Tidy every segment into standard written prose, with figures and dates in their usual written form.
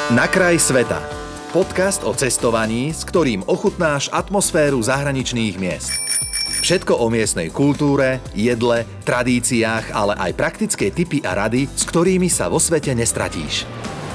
Na kraj sveta. Podcast o cestovaní, s ktorým ochutnáš atmosféru zahraničných miest. Všetko o miestnej kultúre, jedle, tradíciách, ale aj praktické tipy a rady, s ktorými sa vo svete nestratíš.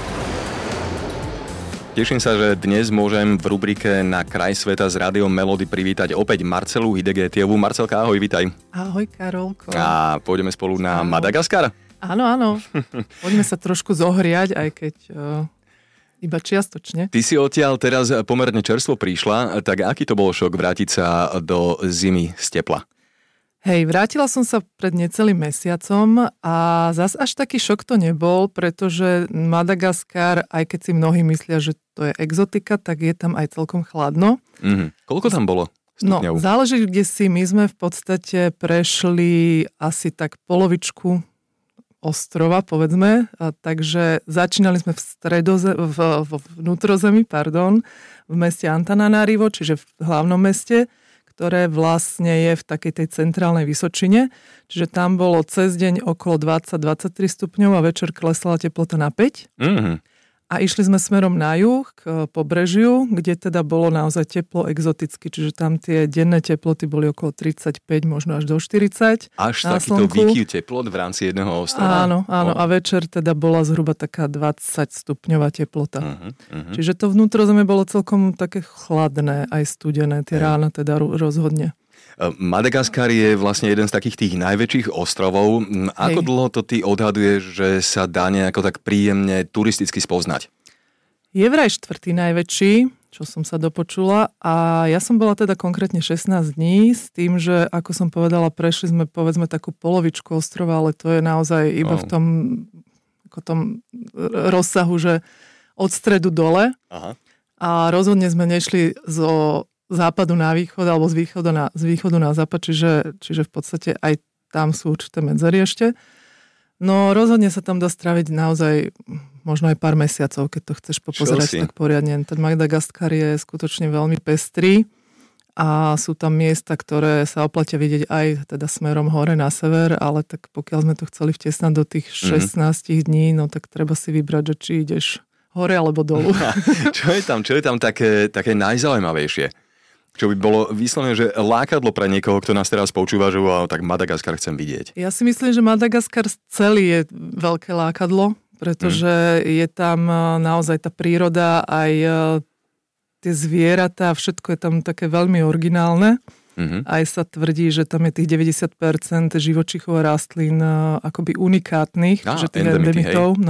Teším sa, že dnes môžem v rubrike Na kraj sveta s Rádiom Melody privítať opäť Marcelu Hidegetiovú. Marcelka, ahoj, vitaj. Ahoj, Karolko. A pôjdeme spolu na Madagaskar? Áno. Poďme sa trošku zohriať, aj keď iba čiastočne. Ty si odtiaľ teraz pomerne čerstvo prišla, tak aký to bol šok vrátiť sa do zimy z tepla? Hej, vrátila som sa pred necelým mesiacom a zas až taký šok to nebol, pretože Madagaskar, aj keď si mnohí myslia, že to je exotika, tak je tam aj celkom chladno. Koľko tam bolo stupňov? No, záleží, kde si. My sme v podstate prešli asi tak polovičku ostrova, povedzme. Takže začínali sme v vnútrozemí, v meste Antananarivo, čiže v hlavnom meste, ktoré vlastne je v takej tej centrálnej Vysočine. Čiže tam bolo cez deň okolo 20-23 stupňov a večer klesla teplota na 5. A išli sme smerom na juh, k pobrežiu, kde teda bolo naozaj teplo exoticky, čiže tam tie denné teploty boli okolo 35, možno až do 40. Až takýto výkyv teplot v rámci jedného ostrova? Áno. A večer teda bola zhruba taká 20 stupňová teplota. Čiže to vnútrozemie bolo celkom také chladné, aj studené, tie rána teda rozhodne. Madagaskar je vlastne jeden z takých tých najväčších ostrovov. Ako dlho to ty odhaduješ, že sa dá nejako tak príjemne turisticky spoznať? Je vraj štvrtý najväčší, čo som sa dopočula, a ja som bola teda konkrétne 16 dní s tým, že ako som povedala, prešli sme povedzme takú polovičku ostrova, ale to je naozaj iba v tom rozsahu, že od stredu dole. Aha. A rozhodne sme nešli zo západu na východ alebo z východu na západ, čiže v podstate aj tam sú určité medzery ešte. No rozhodne sa tam dá stráviť naozaj možno aj pár mesiacov, keď to chceš popozerať tak poriadne. Ten Madagaskar je skutočne veľmi pestrý a sú tam miesta, ktoré sa oplatia vidieť aj teda smerom hore na sever, ale tak pokiaľ sme to chceli vtesnať do tých 16 dní, no tak treba si vybrať, že či ideš hore alebo dolu. Čo je tam také najzaujímavejšie? Čo by bolo vyslovene, že lákadlo pre niekoho, kto nás teraz počúva, že tak Madagaskar chcem vidieť. Ja si myslím, že Madagaskar celý je veľké lákadlo, pretože je tam naozaj tá príroda, aj tie zvieratá, všetko je tam také veľmi originálne. Aj sa tvrdí, že tam je tých 90% živočíchov a rastlín akoby unikátnych, že tých endemitov.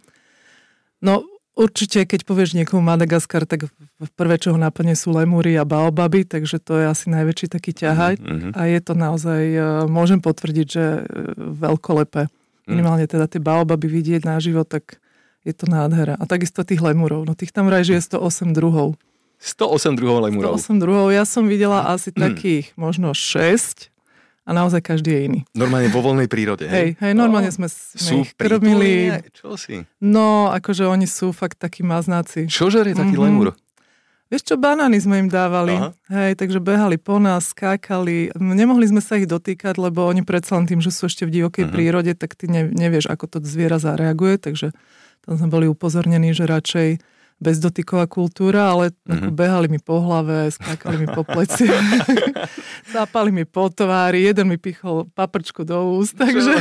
No, určite, keď povieš niekomu Madagaskar, tak prvé, čo ho napadne, sú lemúry a baobaby, takže to je asi najväčší taký ťahaj. A je to naozaj, môžem potvrdiť, že veľkolepé. Minimálne teda tie baobaby vidieť naživo, tak je to nádhera. A takisto tých lemúrov. No tých tam vraj žije 108 druhov. 108 druhov lemúrov? 108 druhov. Ja som videla asi takých možno 6. A naozaj každý je iný. Normálne vo voľnej prírode, hej? Hej, normálne sme ich krmili. Čo si? No, akože oni sú fakt takí maznáci. Čo žerie taký lemúr? Vieš čo, banány sme im dávali. Aha. Hej, takže behali po nás, skákali. Nemohli sme sa ich dotýkať, lebo oni predsa len tým, že sú ešte v divokej prírode, tak ty nevieš, ako to zviera zareaguje. Takže tam sme boli upozornení, že radšej bezdotyková kultúra, ale behali mi po hlave, skákali mi po pleci, zápali mi po tvári, jeden mi pichol paprčku do úst, takže...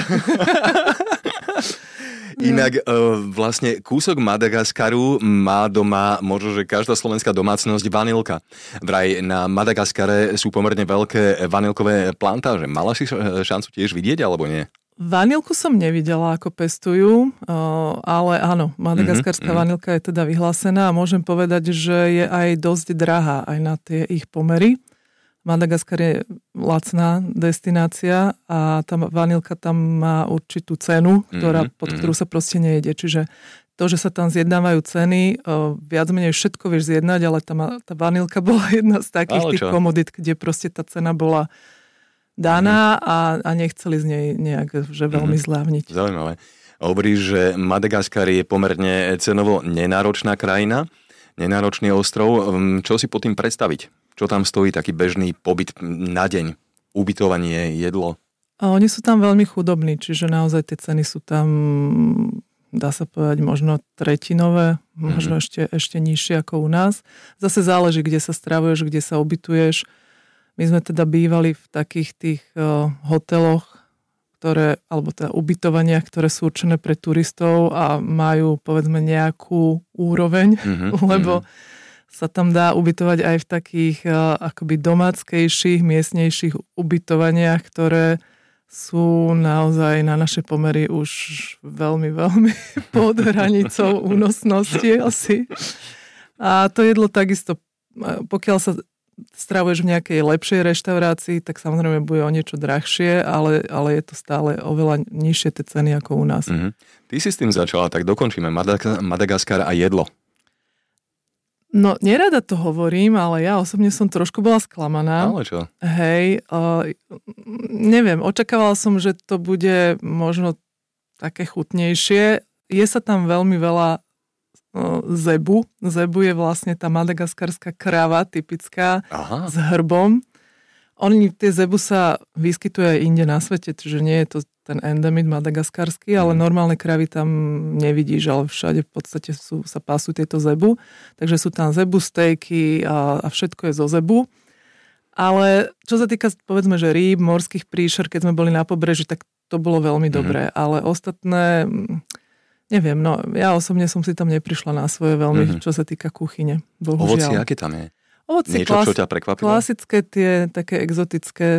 Inak vlastne kúsok Madagaskaru má doma, možno, že každá slovenská domácnosť vanilka. Vraj na Madagaskare sú pomerne veľké vanilkové plantáže. Mala si šancu tiež vidieť, alebo nie? Vanilku som nevidela, ako pestujú, ale áno, madagaskarská vanilka je teda vyhlásená a môžem povedať, že je aj dosť drahá aj na tie ich pomery. Madagaskar je lacná destinácia a tá vanilka tam má určitú cenu, pod ktorú sa proste nejede. Čiže to, že sa tam zjednávajú ceny, viac menej všetko vieš zjednať, ale tá vanilka bola jedna z takých tých komodít, kde proste tá cena bola daná a nechceli z nej nejak že veľmi zľavniť. Zaujímavé. Hovoríš, že Madagaskar je pomerne cenovo nenáročná krajina, nenáročný ostrov. Čo si pod tým predstaviť? Čo tam stojí taký bežný pobyt na deň? Ubytovanie, jedlo? A oni sú tam veľmi chudobní, čiže naozaj tie ceny sú tam dá sa povedať, možno tretinové, možno ešte nižšie ako u nás. Zase záleží, kde sa stravuješ, kde sa ubytuješ. My sme teda bývali v takých tých hoteloch, alebo teda ubytovaniach, ktoré sú určené pre turistov a majú, povedzme, nejakú úroveň, lebo sa tam dá ubytovať aj v takých akoby domáckejších, miestnejších ubytovaniach, ktoré sú naozaj na naše pomery už veľmi, veľmi pod hranicou únosnosti asi. A to jedlo takisto, pokiaľ sa stravuješ v nejakej lepšej reštaurácii, tak samozrejme bude o niečo drahšie, ale je to stále oveľa nižšie tie ceny ako u nás. Ty si s tým začala, tak dokončíme. Madagaskar a jedlo. No, nerada to hovorím, ale ja osobne som trošku bola sklamaná. Ale čo? Hej, neviem, očakávala som, že to bude možno také chutnejšie. Je sa tam veľmi veľa zebu. Zebu je vlastne tá madagaskarská krava typická. Aha. S hrbom. Tie zebu sa vyskytuje aj inde na svete, čiže nie je to ten endemit madagaskarský, ale normálne kravy tam nevidíš, ale všade v podstate sa pású tieto zebu. Takže sú tam zebu, stejky a všetko je zo zebu. Ale čo sa týka, povedzme, že rýb, morských príšer, keď sme boli na pobreží, tak to bolo veľmi dobré. Ale ostatné, neviem, no ja osobne som si tam neprišla na svoje veľmi, čo sa týka kuchyne. Bohužiaľ. Ovocie, aké tam je? Ovocie, niečo, čo ťa prekvapilo? Klasické tie také exotické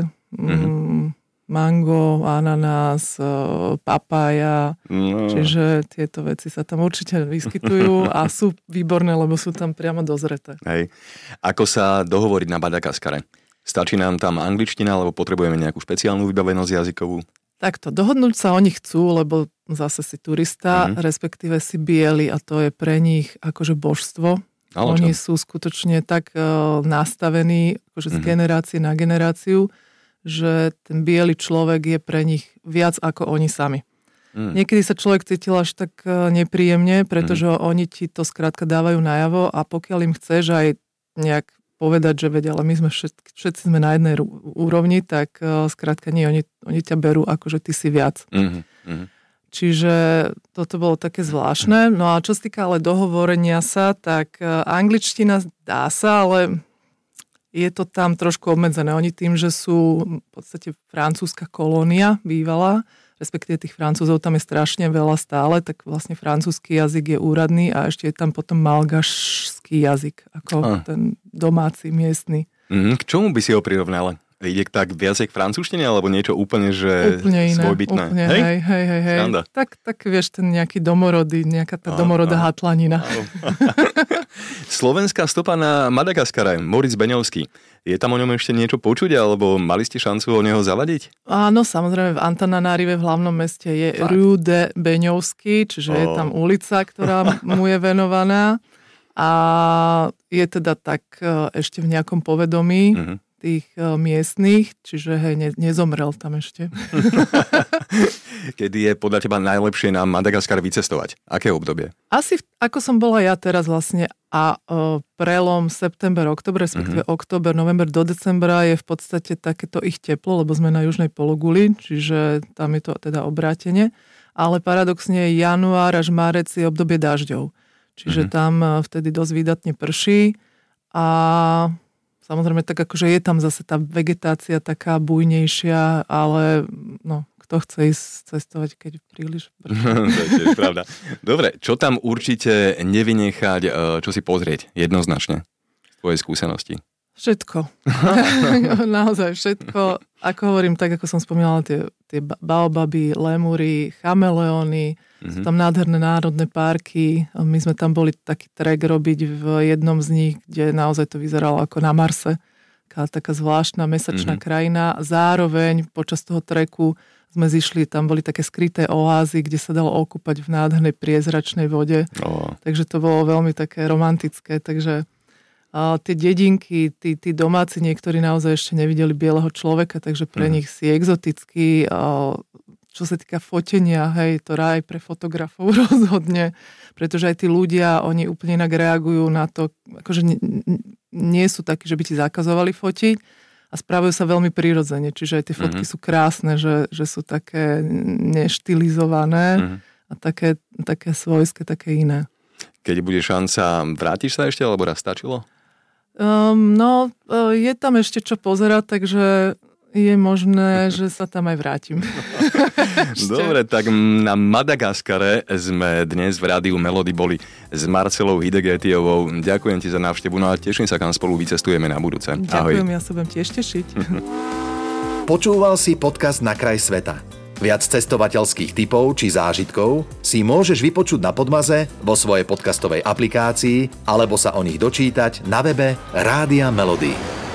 mango, ananás, papája, čiže tieto veci sa tam určite vyskytujú a sú výborné, lebo sú tam priamo dozreté. Hej. Ako sa dohovoriť na Madagaskare? Stačí nám tam angličtina, alebo potrebujeme nejakú špeciálnu vybavenosť jazykovú? Takto, dohodnúť sa oni chcú, lebo zase si turista, respektíve si bieli a to je pre nich akože božstvo. Oni sú skutočne tak nastavení akože z generácie na generáciu, že ten biely človek je pre nich viac ako oni sami. Niekedy sa človek cítil až tak nepríjemne, pretože oni ti to skrátka dávajú najavo a pokiaľ im chceš aj nejak povedať, že vedia, ale my sme všetci sme na jednej úrovni, tak skrátka nie, oni ťa berú ako, že ty si viac. Čiže toto bolo také zvláštne. No a čo sa týka ale dohovorenia sa, tak angličtina dá sa, ale je to tam trošku obmedzené. Oni tým, že sú v podstate francúzska kolónia bývalá, respektíve tých Francúzov tam je strašne veľa stále, tak vlastne francúzsky jazyk je úradný a ešte je tam potom malgašský jazyk, ako ten domáci, miestny. K čomu by si ho prirovnala? Ide tak viacej k francúzštine, alebo niečo úplne, že úplne iné, svojbytné? Úplne, hej. Tak vieš, ten nejaký domorodý, nejaká tá domorodá hatlanina. Slovenská stopa na Madagaskare, Moritz Beňovský. Je tam o ňom ešte niečo počuť, alebo mali ste šancu o neho zavadiť? Áno, samozrejme v Antananarive v hlavnom meste je Rue de Beňovský, čiže je tam ulica, ktorá mu je venovaná a je teda tak ešte v nejakom povedomí tých miestnych, čiže nezomrel tam ešte. Kedy je podľa teba najlepšie na Madagaskar vycestovať? Aké obdobie? Asi ako som bola ja teraz vlastne a prelom september, október, respektíve október, november do decembra je v podstate takéto ich teplo, lebo sme na južnej pologuli, čiže tam je to teda obrátenie. Ale paradoxne január až márec je obdobie dažďov. Čiže tam vtedy dosť výdatne prší a samozrejme, tak akože je tam zase tá vegetácia taká bujnejšia, ale no, kto chce ísť cestovať, keď príliš prší. To je tiež pravda. Dobre, čo tam určite nevynechať, čo si pozrieť jednoznačne z tvojej skúsenosti? Všetko. Naozaj všetko. Ako hovorím, tak ako som spomínala, tie baobaby, lemúry, chameleóny, sú tam nádherné národné parky. My sme tam boli taký trek robiť v jednom z nich, kde naozaj to vyzeralo ako na Marse. Taká zvláštna mesačná krajina. Zároveň počas toho treku sme zišli, tam boli také skryté oázy, kde sa dalo okúpať v nádhernej priezračnej vode. Takže to bolo veľmi také romantické. Takže tie dedinky, tí domáci niektorí naozaj ešte nevideli bieleho človeka, takže pre nich si exotický. Čo sa týka fotenia, hej, to ráj pre fotografov rozhodne, pretože aj tí ľudia, oni úplne inak reagujú na to, akože nie sú takí, že by ti zakazovali fotiť a správajú sa veľmi prirodzene, čiže aj tie fotky sú krásne, že sú také neštilizované a také svojské, také iné. Keď bude šanca, vrátiš sa ešte, alebo raz stačilo? Je tam ešte čo pozerať, takže je možné, že sa tam aj vrátim. Dobre, tak na Madagaskare sme dnes v rádiu Melody boli s Marcelou Hidegetiovou. Ďakujem ti za návštevu, no a teším sa, kam spolu vycestujeme na budúce. Ďakujem, Ahoj. ja sa budem tiež tešiť. Počúval si podcast Na kraj sveta. Viac cestovateľských tipov či zážitkov si môžeš vypočuť na Podmaze, vo svojej podcastovej aplikácii alebo sa o nich dočítať na webe Rádia Melody.